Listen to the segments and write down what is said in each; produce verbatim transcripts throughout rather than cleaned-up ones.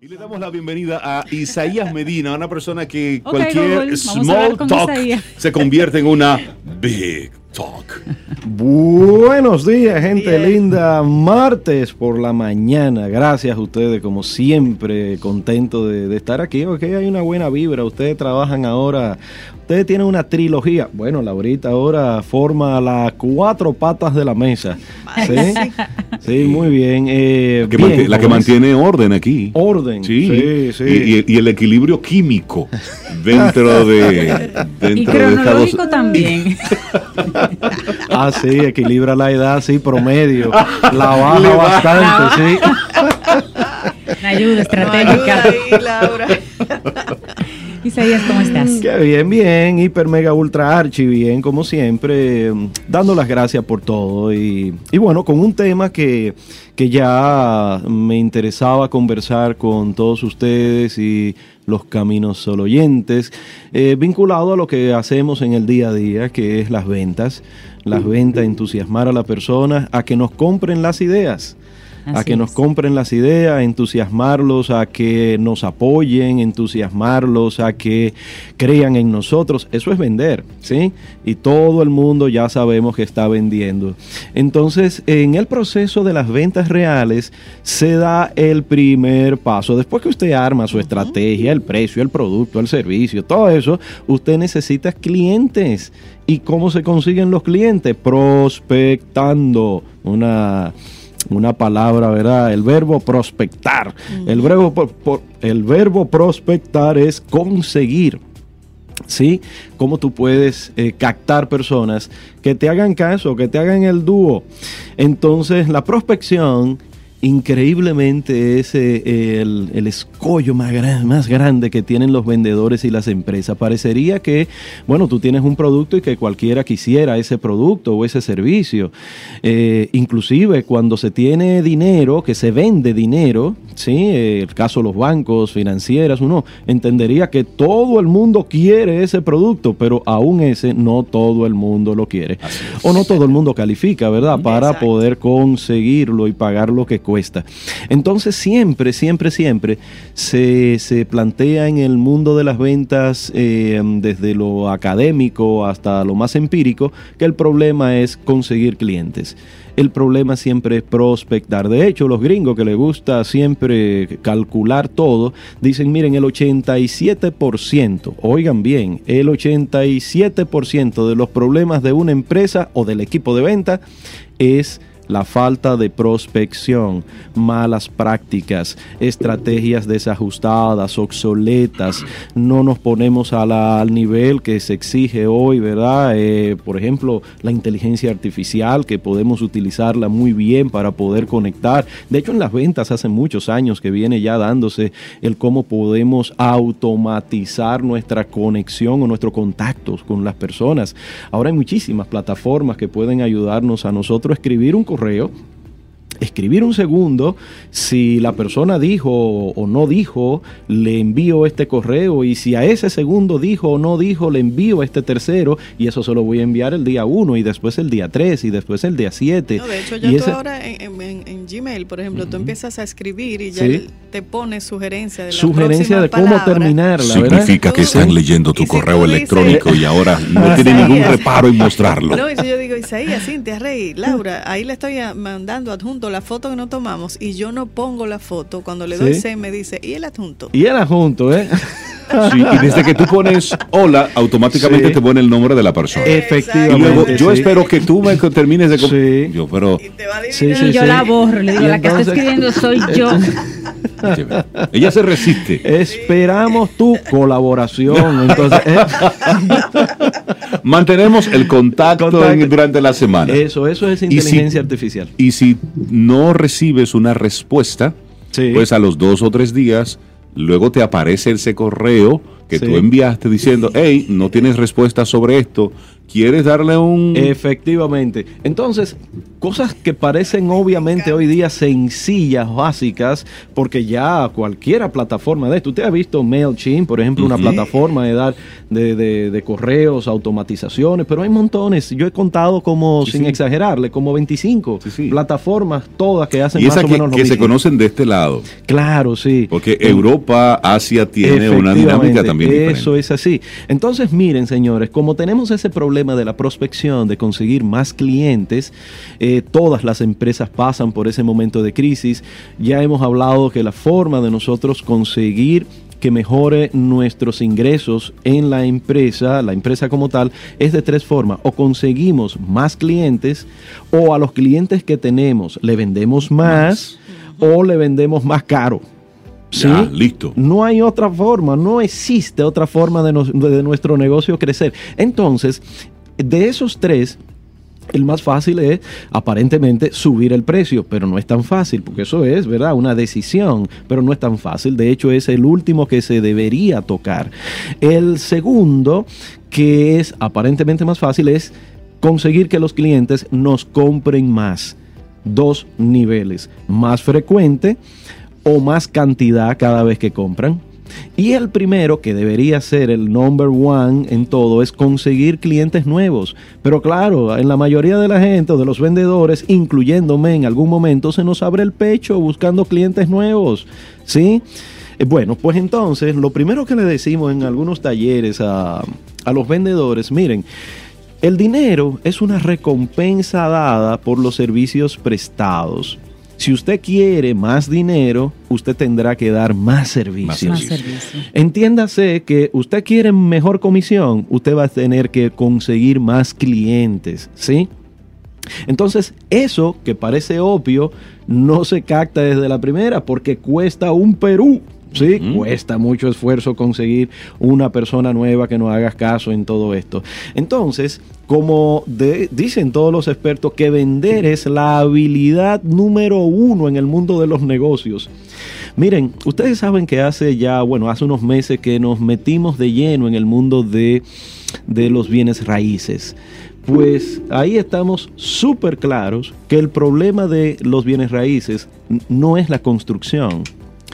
Y le damos la bienvenida a Isaías Medina, una persona que Okay, cualquier Google, small talk Isaías. se convierte en una big talk. Buenos días, gente Bien. linda. Martes por la mañana. Gracias a ustedes, como siempre, contento de, de estar aquí. Ok, hay una buena vibra. Ustedes trabajan ahora. Ustedes tienen una trilogía. Bueno, Laurita ahora forma las cuatro patas de la mesa. ¿Sí? Sí, muy bien. Eh, Que bien mantiene, la que mantiene orden aquí. Orden. Sí, sí, sí. Y, y, y el equilibrio químico dentro de. Dentro y de cronológico dos... también. Ah, sí, equilibra la edad, sí, promedio. La baja bastante, sí. Una ayuda estratégica. Ayuda ahí, Laura. Isaías, ¿cómo estás? Qué bien, bien, hiper, mega, ultra, archi, bien, como siempre, dando las gracias por todo y, y bueno, con un tema que, que ya me interesaba conversar con todos ustedes y los Caminos Sol oyentes, eh, vinculado a lo que hacemos en el día a día, que es las ventas, las ventas, entusiasmar a la persona a que nos compren las ideas. Así a que nos compren las ideas, entusiasmarlos, a que nos apoyen, entusiasmarlos, a que crean en nosotros. Eso es vender, ¿sí? Y todo el mundo ya sabemos que está vendiendo. Entonces, en el proceso de las ventas reales se da el primer paso. Después que usted arma su estrategia, el precio, el producto, el servicio, todo eso, usted necesita clientes. ¿Y cómo se consiguen los clientes? Prospectando. Una... Una palabra, ¿verdad? El verbo prospectar. Mm. El verbo, por, por, el verbo prospectar es conseguir. ¿Sí? Cómo tú puedes eh, captar personas que te hagan caso, que te hagan el dúo. Entonces, la prospección, increíblemente, es eh, el, el escollo más, gran, más grande que tienen los vendedores y las empresas. Parecería que, bueno, tú tienes un producto y que cualquiera quisiera ese producto o ese servicio. Eh, inclusive cuando se tiene dinero, que se vende dinero, ¿sí? Eh, el caso de los bancos, financieras, uno entendería que todo el mundo quiere ese producto, pero aún ese no todo el mundo lo quiere. O no todo el mundo califica, ¿verdad? Para Exacto. poder conseguirlo y pagar lo que cuesta. Entonces siempre, siempre, siempre se, se plantea en el mundo de las ventas, eh, desde lo académico hasta lo más empírico, que el problema es conseguir clientes. El problema siempre es prospectar. De hecho, los gringos que les gusta siempre calcular todo, dicen, miren, el ochenta y siete por ciento, oigan bien, el ochenta y siete por ciento de los problemas de una empresa o del equipo de venta es la falta de prospección, malas prácticas, estrategias desajustadas, obsoletas, no nos ponemos a la, al nivel que se exige hoy, ¿verdad? Eh, por ejemplo, la inteligencia artificial, que podemos utilizarla muy bien para poder conectar. De hecho, en las ventas hace muchos años que viene ya dándose el cómo podemos automatizar nuestra conexión o nuestros contactos con las personas. Ahora hay muchísimas plataformas que pueden ayudarnos a nosotros a escribir un correo, escribir un segundo, si la persona dijo o no dijo, le envío este correo, y si a ese segundo dijo o no dijo, le envío este tercero, y eso se lo voy a enviar el día uno, y después el día tres, y después el día siete. No, de hecho, ya y tú ese... ahora en, en, en Gmail, por ejemplo, uh-huh. tú empiezas a escribir y ya ¿Sí? te pone sugerencia de la Sugerencia de cómo palabra. terminarla, ¿verdad? Significa que están sí. leyendo tu y correo si electrónico dices, y ahora no tiene ningún reparo en mostrarlo. No, y si yo digo, Isaías, Cintia, Rey, Laura, ahí le estoy mandando adjunto la foto que no tomamos y yo no pongo la foto, cuando le doy ¿Sí? C me dice, ¿y el adjunto? Y el adjunto, ¿eh? Sí, y desde que tú pones hola, automáticamente Sí. te pone el nombre de la persona. Efectivamente. Y luego, yo sí. espero que tú me termines de... Sí. Yo, pero... Y te va a Sí, adivinar. sí, y yo sí. la borro, le digo, Y la que está entonces- escribiendo soy yo. Ella se resiste. Esperamos tu colaboración. Entonces, ¿eh? Mantenemos el contacto, Contacto. en- durante la semana. Eso, eso es Y inteligencia si- artificial. Y si no recibes una respuesta, Sí. pues a los dos o tres días, luego te aparece ese correo que Sí. tú enviaste diciendo, hey, no tienes respuesta sobre esto, ¿Quieres darle un...? Efectivamente. Entonces, cosas que parecen obviamente hoy día sencillas, básicas, porque ya cualquiera plataforma de esto. Usted ha visto MailChimp, por ejemplo, una Uh-huh. plataforma de dar de, de, de correos, automatizaciones, pero hay montones. Yo he contado como, Sí, sin sí. exagerarle, como veinticinco Sí, sí. plataformas, todas que hacen Y más esas o que, menos lo que mismo. se conocen de este lado. Claro, sí. Porque Europa, Asia tiene una dinámica también diferente. Eso es así. Entonces, miren, señores, como tenemos ese problema de la prospección, de conseguir más clientes, eh, todas las empresas pasan por ese momento de crisis. Ya hemos hablado que la forma de nosotros conseguir que mejore nuestros ingresos en la empresa, la empresa como tal, es de tres formas. O conseguimos más clientes, o a los clientes que tenemos le vendemos más, o le vendemos más caro. ¿Sí? Ya, listo. No hay otra forma, no existe otra forma de, nos- de nuestro negocio crecer. Entonces, de esos tres, el más fácil es aparentemente subir el precio, pero no es tan fácil, porque eso es, ¿verdad?, una decisión, pero no es tan fácil. De hecho, es el último que se debería tocar. El segundo, que es aparentemente más fácil, es conseguir que los clientes nos compren más. Dos niveles, más frecuente o más cantidad cada vez que compran. Y el primero, que debería ser el number one en todo, es conseguir clientes nuevos. Pero claro, en la mayoría de la gente, o de los vendedores, incluyéndome en algún momento, se nos abre el pecho buscando clientes nuevos, ¿sí? Eh, Bueno, pues entonces, lo primero que le decimos en algunos talleres a, a los vendedores, miren, el dinero es una recompensa dada por los servicios prestados. Si usted quiere más dinero, usted tendrá que dar más servicios. Más servicio. servicio. Entiéndase que usted quiere mejor comisión, usted va a tener que conseguir más clientes, ¿sí? Entonces, eso que parece obvio, no se capta desde la primera porque cuesta un Perú. Sí, Ujú. cuesta mucho esfuerzo conseguir una persona nueva que nos haga caso en todo esto. Entonces, como de- dicen todos los expertos, que vender es la habilidad número uno en el mundo de los negocios. Miren, ustedes saben que hace ya, bueno, hace unos meses que nos metimos de lleno en el mundo de, de los bienes raíces. Pues ahí estamos súper claros que el problema de los bienes raíces n- no es la construcción.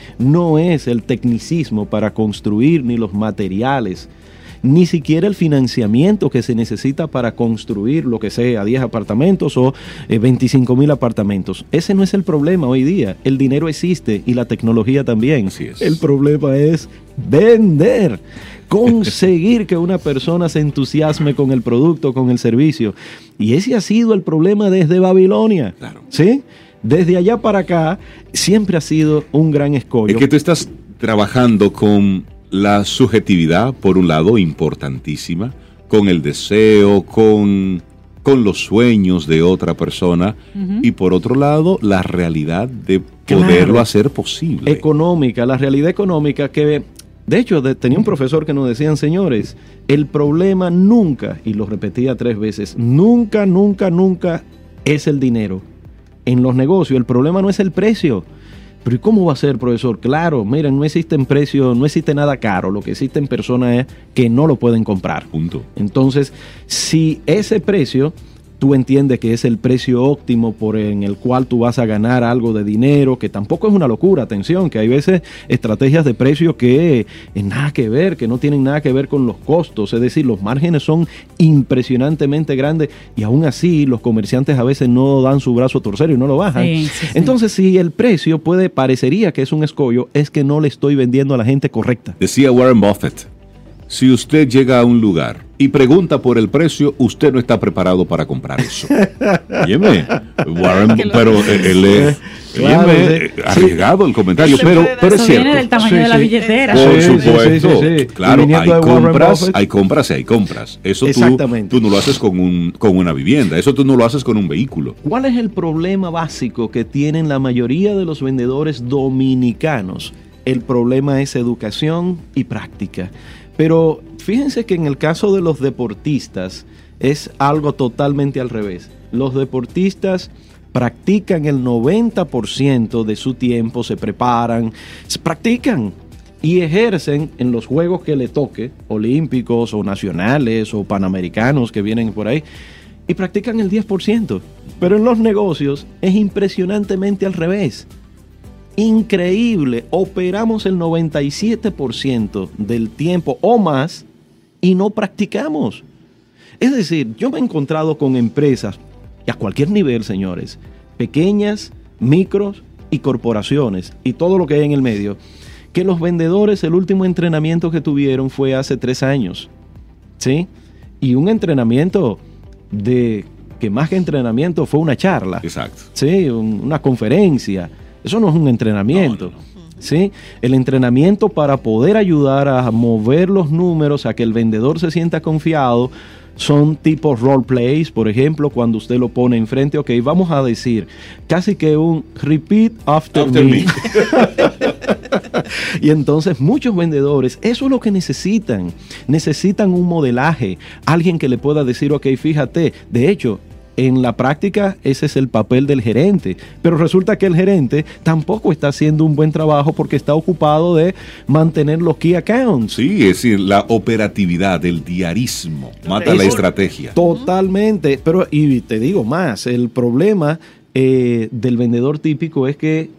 No es el tecnicismo para construir, ni los materiales, ni siquiera el financiamiento que se necesita para construir lo que sea, diez apartamentos o eh, veinticinco mil apartamentos. Ese no es el problema hoy día. El dinero existe y la tecnología también. Así es. El problema es vender, conseguir que una persona se entusiasme con el producto, con el servicio. Y ese ha sido el problema desde Babilonia. Claro. ¿Sí? Desde allá para acá siempre ha sido un gran escollo. Es que tú estás trabajando con la subjetividad, por un lado, importantísima, con el deseo, con, con los sueños de otra persona, Ujú. y por otro lado, la realidad de Claro. poderlo hacer posible. Económica, la realidad económica que, de hecho, de- tenía un profesor que nos decían, señores, el problema nunca, y lo repetía tres veces, nunca, nunca, nunca es el dinero. En los negocios el problema no es el precio. Pero ¿y cómo va a ser, profesor? Claro, miren, no existen precios, no existe nada caro. Lo que existe en personas es que no lo pueden comprar. Punto. Entonces, si ese precio tú entiendes que es el precio óptimo por en el cual tú vas a ganar algo de dinero, que tampoco es una locura, atención, que hay veces estrategias de precio que eh, nada que ver, que no tienen nada que ver con los costos, es decir, los márgenes son impresionantemente grandes y aún así los comerciantes a veces no dan su brazo a torcer y no lo bajan. Sí, sí, sí. Entonces, si el precio puede, parecería que es un escollo, es que no le estoy vendiendo a la gente correcta. Decía Warren Buffett, si usted llega a un lugar y pregunta por el precio, usted no está preparado para comprar eso. Óyeme, Warren, Que lo- pero eh, él es Claro, óyeme, sí. eh, arriesgado el comentario, Eso pero, puede pero es Eso viene del cierto. tamaño Sí, de la sí. billetera. Por Sí, sí, supuesto, sí, sí, sí. Y claro, viniendo hay de Warren compras, Buffett. hay compras y hay compras. Eso tú, Exactamente. tú no lo haces con, un, con una vivienda, eso tú no lo haces con un vehículo. ¿Cuál es el problema básico que tienen la mayoría de los vendedores dominicanos? El problema es educación y práctica. Pero fíjense que en el caso de los deportistas es algo totalmente al revés. Los deportistas practican el noventa por ciento de su tiempo, se preparan, se practican. y ejercen en los juegos que le toque, olímpicos o nacionales o panamericanos que vienen por ahí, y practican el diez por ciento. Pero en los negocios es impresionantemente al revés. Increíble, operamos el noventa y siete por ciento del tiempo o más y no practicamos. Es decir, yo me he encontrado con empresas, y a cualquier nivel, señores, pequeñas, micros y corporaciones, y todo lo que hay en el medio, que los vendedores, el último entrenamiento que tuvieron fue hace tres años, ¿sí? Y un entrenamiento de, que más que entrenamiento fue una charla. Exacto. Sí, un, una conferencia. Eso no es un entrenamiento. No, no, no. ¿Sí? El entrenamiento para poder ayudar a mover los números, a que el vendedor se sienta confiado, son tipos role plays, por ejemplo, cuando usted lo pone enfrente, ok, vamos a decir, casi que un repeat after, after me. me. Y entonces muchos vendedores, eso es lo que necesitan, necesitan un modelaje, alguien que le pueda decir, ok, fíjate, de hecho, en la práctica ese es el papel del gerente, pero resulta que el gerente tampoco está haciendo un buen trabajo porque está ocupado de mantener los key accounts. Sí, es decir, la operatividad, el diarismo, mata es la estrategia. Totalmente, pero y te digo más, el problema eh, del vendedor típico es que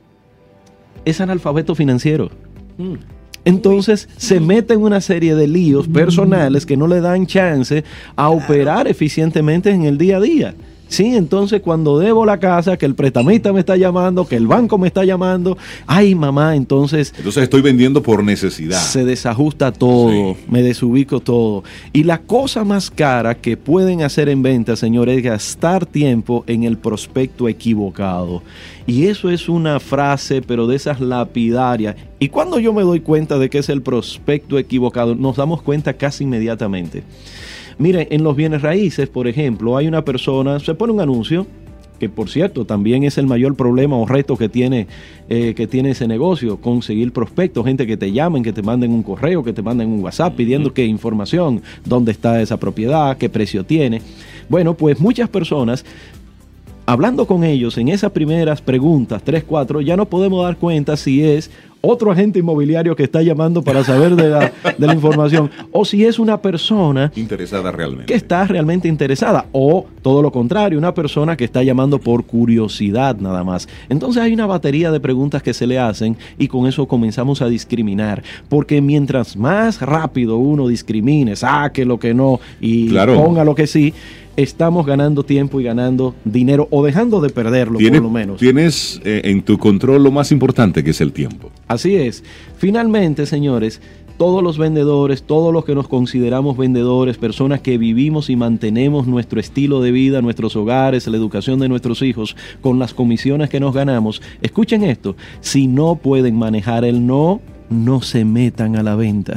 es analfabeto financiero. Mm. Entonces se mete en una serie de líos personales que no le dan chance a operar eficientemente en el día a día. Sí, entonces cuando debo la casa, que el prestamista me está llamando, que el banco me está llamando, ay mamá, entonces... Entonces estoy vendiendo por necesidad. Se desajusta todo, sí. Me desubico todo. Y la cosa más cara que pueden hacer en venta, señores, es gastar tiempo en el prospecto equivocado. Y eso es una frase, pero de esas lapidarias. Y cuando yo me doy cuenta de que es el prospecto equivocado, nos damos cuenta casi inmediatamente. Miren, en los bienes raíces, por ejemplo, hay una persona, se pone un anuncio, que por cierto también es el mayor problema o reto que tiene, eh, que tiene ese negocio, conseguir prospectos, gente que te llamen, que te manden un correo, que te manden un WhatsApp pidiendo qué información, dónde está esa propiedad, qué precio tiene. Bueno, pues muchas personas, hablando con ellos en esas primeras preguntas, tres, cuatro, ya no podemos dar cuenta si es otro agente inmobiliario que está llamando para saber de la, de la información, o si es una persona interesada realmente, que está realmente interesada, o todo lo contrario, una persona que está llamando por curiosidad nada más. Entonces hay una batería de preguntas que se le hacen y con eso comenzamos a discriminar, porque mientras más rápido uno discrimine, saque lo que no y claro, ponga lo que sí, estamos ganando tiempo y ganando dinero o dejando de perderlo por lo menos. Tienes eh, en tu control lo más importante, que es el tiempo. Así es. Finalmente, señores, todos los vendedores, todos los que nos consideramos vendedores, personas que vivimos y mantenemos nuestro estilo de vida, nuestros hogares, la educación de nuestros hijos, con las comisiones que nos ganamos, escuchen esto, si no pueden manejar el no, no se metan a la venta.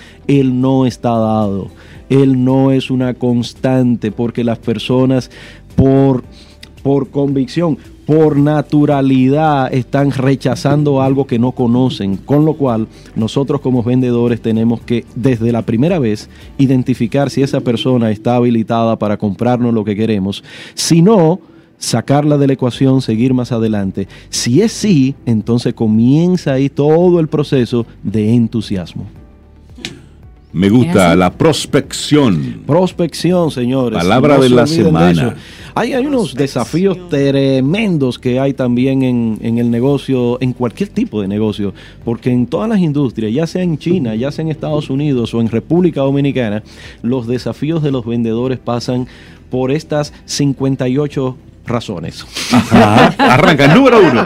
El no está dado. El no es una constante porque las personas por, por convicción, por naturalidad están rechazando algo que no conocen, con lo cual nosotros como vendedores tenemos que desde la primera vez identificar si esa persona está habilitada para comprarnos lo que queremos. Si no, sacarla de la ecuación, seguir más adelante. Si es sí, entonces comienza ahí todo el proceso de entusiasmo. Me gusta la prospección. Prospección, señores. Palabra no de la semana. De hay, hay unos desafíos tremendos que hay también en, en el negocio, en cualquier tipo de negocio, porque en todas las industrias, ya sea en China, ya sea en Estados Unidos o en República Dominicana, los desafíos de los vendedores pasan por estas cincuenta y ocho razones. Ajá. Arranca, número uno.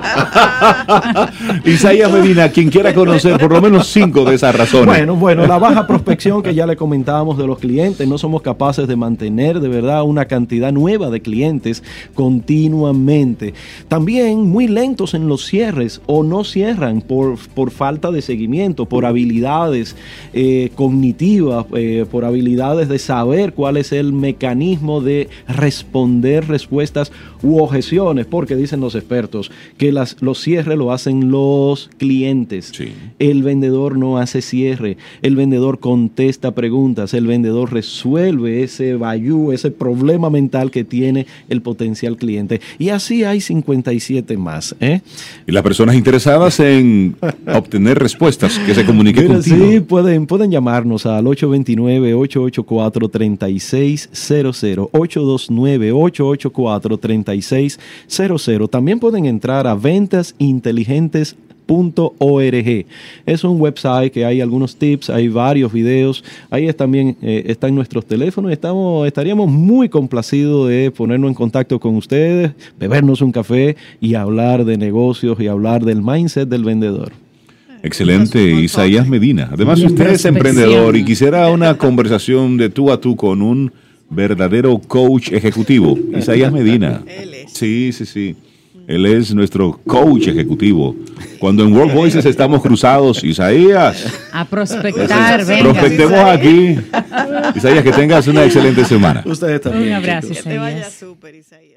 Isaías Medina, quien quiera conocer por lo menos cinco de esas razones. Bueno, bueno, la baja prospección que ya le comentábamos de los clientes, no somos capaces de mantener de verdad una cantidad nueva de clientes continuamente. También muy lentos en los cierres o no cierran por, por falta de seguimiento, por habilidades eh, cognitivas, eh, por habilidades de saber cuál es el mecanismo de responder respuestas u objeciones, porque dicen los expertos que las, los cierres lo hacen los clientes. Sí. El vendedor no hace cierre, el vendedor contesta preguntas, el vendedor resuelve ese bayú, ese problema mental que tiene el potencial cliente. Y así hay cincuenta y siete más. ¿eh? Y las personas interesadas en obtener respuestas, que se comuniquen Mira, contigo. sí, pueden, pueden llamarnos al ocho dos nueve, ocho ocho cuatro, tres seis cero cero, ocho dos nueve, ocho ocho cuatro, tres seis cero cero. También pueden entrar a ventas inteligentes punto org. Es un website que hay algunos tips, hay varios videos, ahí es también eh, están nuestros teléfonos. Estamos, estaríamos muy complacidos de ponernos en contacto con ustedes, bebernos un café y hablar de negocios y hablar del mindset del vendedor. Excelente, Isaías Medina. Además, si usted es emprendedor y quisiera una conversación de tú a tú con un verdadero coach ejecutivo, Isaías Medina. Él es. Sí, sí, sí. Él es nuestro coach ejecutivo. Cuando en World Voices estamos cruzados, Isaías. A prospectar, venga. Prospectemos aquí. Isaías, que tengas una excelente semana. Ustedes también. Un abrazo, chicos. Que te vaya Isaías. súper, Isaías.